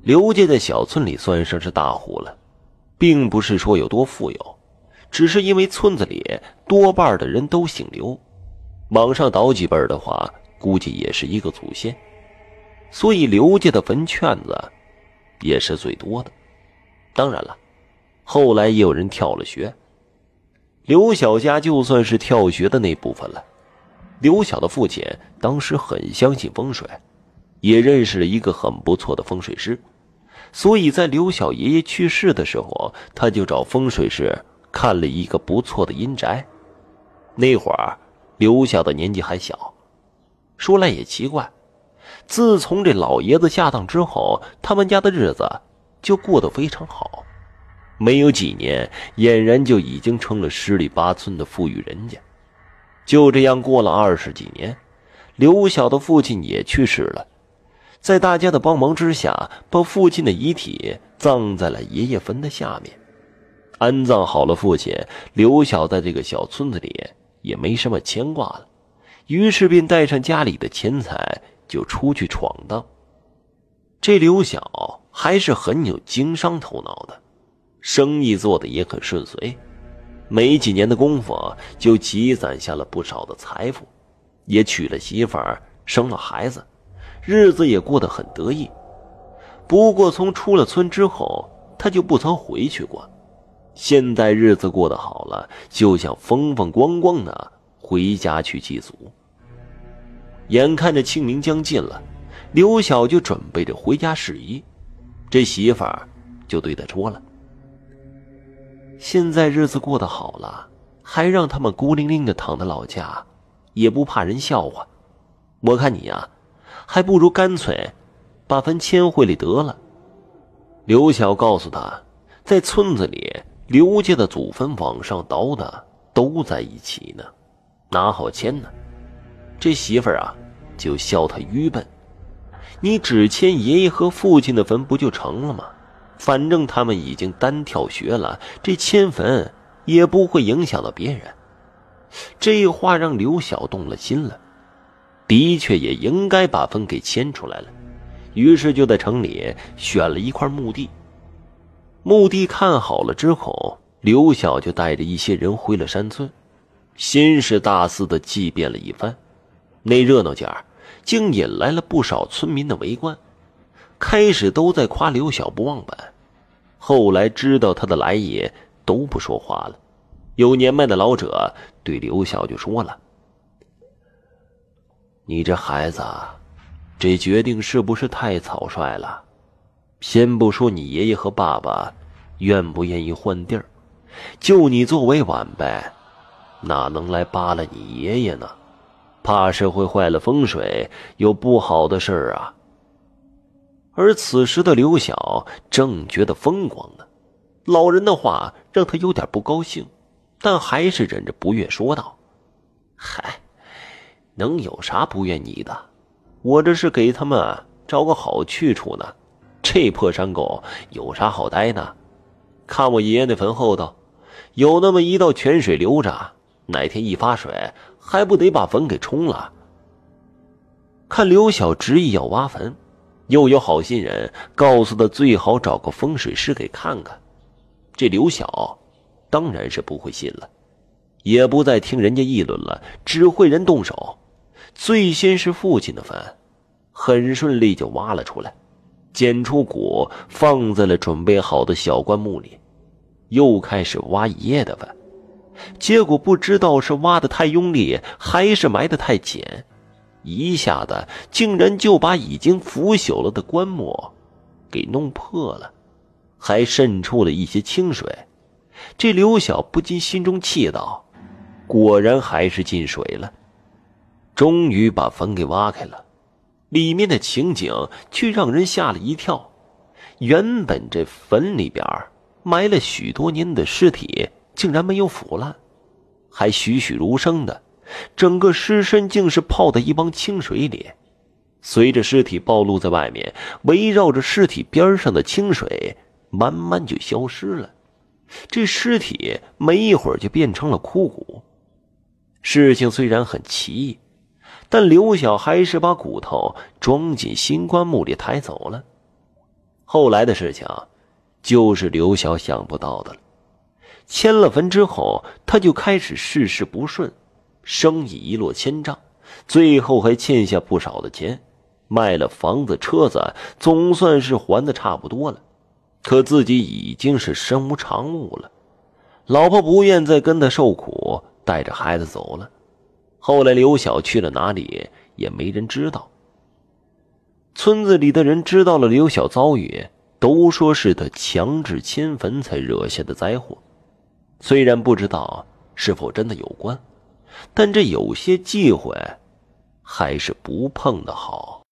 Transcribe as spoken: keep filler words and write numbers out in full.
刘家在小村里算上是大户了，并不是说有多富有，只是因为村子里多半的人都姓刘，往上倒几辈的话，估计也是一个祖先，所以刘家的坟圈子也是最多的。当然了，后来也有人跳了学。刘晓家就算是跳学的那部分了。刘晓的父亲当时很相信风水，也认识了一个很不错的风水师，所以在刘晓爷爷去世的时候，他就找风水师看了一个不错的阴宅。那会儿刘晓的年纪还小，说来也奇怪，自从这老爷子下葬之后，他们家的日子就过得非常好，没有几年俨然就已经成了十里八村的富裕人家。就这样过了二十几年，刘晓的父亲也去世了，在大家的帮忙之下，把父亲的遗体葬在了爷爷坟的下面。安葬好了父亲，刘晓在这个小村子里也没什么牵挂了，于是便带上家里的钱财就出去闯荡。这刘晓还是很有经商头脑的，生意做得也很顺遂，没几年的功夫就积攒下了不少的财富，也娶了媳妇儿，生了孩子，日子也过得很得意。不过从出了村之后，他就不曾回去过。现在日子过得好了，就想风风光光的回家去祭祖。眼看着清明将近了，刘晓就准备着回家事宜，这媳妇儿就对他说了：现在日子过得好了，还让他们孤零零的躺在老家，也不怕人笑话。我看你呀，还不如干脆把坟迁回来得了。刘晓告诉他，在村子里刘家的祖坟往上倒的都在一起呢，哪好迁呢？这媳妇儿啊就笑他愚笨，你只迁爷爷和父亲的坟不就成了吗？反正他们已经单跳学了，这迁坟也不会影响到别人。这话让刘晓动了心了，的确也应该把坟给迁出来了，于是就在城里选了一块墓地。墓地看好了之后，刘晓就带着一些人回了山村，先是大肆的祭奠了一番，那热闹劲儿竟引来了不少村民的围观。开始都在夸刘晓不忘本，后来知道他的来意都不说话了。有年迈的老者对刘晓就说了：你这孩子，这决定是不是太草率了？先不说你爷爷和爸爸愿不愿意换地儿，就你作为晚辈，哪能来扒拉你爷爷呢？怕是会坏了风水，有不好的事儿啊。而此时的刘晓正觉得风光呢，老人的话让他有点不高兴，但还是忍着不悦说道：嗨，能有啥不愿意的？我这是给他们找个好去处呢，这破山沟有啥好待的？看我爷爷那坟后头有那么一道泉水流着，哪天一发水还不得把坟给冲了？看刘晓执意要挖坟，又有好心人告诉他最好找个风水师给看看，这刘晓当然是不会信了，也不再听人家议论了，指挥人动手。最先是父亲的坟，很顺利就挖了出来，捡出骨放在了准备好的小棺木里，又开始挖爷爷的坟。结果不知道是挖得太用力，还是埋得太浅，一下子竟然就把已经腐朽了的棺木给弄破了，还渗出了一些清水。这刘晓不禁心中气道：果然还是进水了。终于把坟给挖开了，里面的情景却让人吓了一跳。原本这坟里边埋了许多年的尸体竟然没有腐烂，还栩栩如生的，整个尸身竟是泡在一汪清水里。随着尸体暴露在外面，围绕着尸体边上的清水慢慢就消失了，这尸体没一会儿就变成了枯骨。事情虽然很奇异，但刘晓还是把骨头装进新棺木里抬走了。 后来的事情就是刘晓想不到的了。迁了坟之后，他就开始事事不顺，生意一落千丈，最后还欠下不少的钱，卖了房子车子，总算是还的差不多了。可自己已经是身无长物了，老婆不愿再跟他受苦，带着孩子走了。后来刘晓去了哪里也没人知道。村子里的人知道了刘晓遭遇，都说是他强制迁坟才惹下的灾祸。虽然不知道是否真的有关，但这有些忌讳还是不碰的好。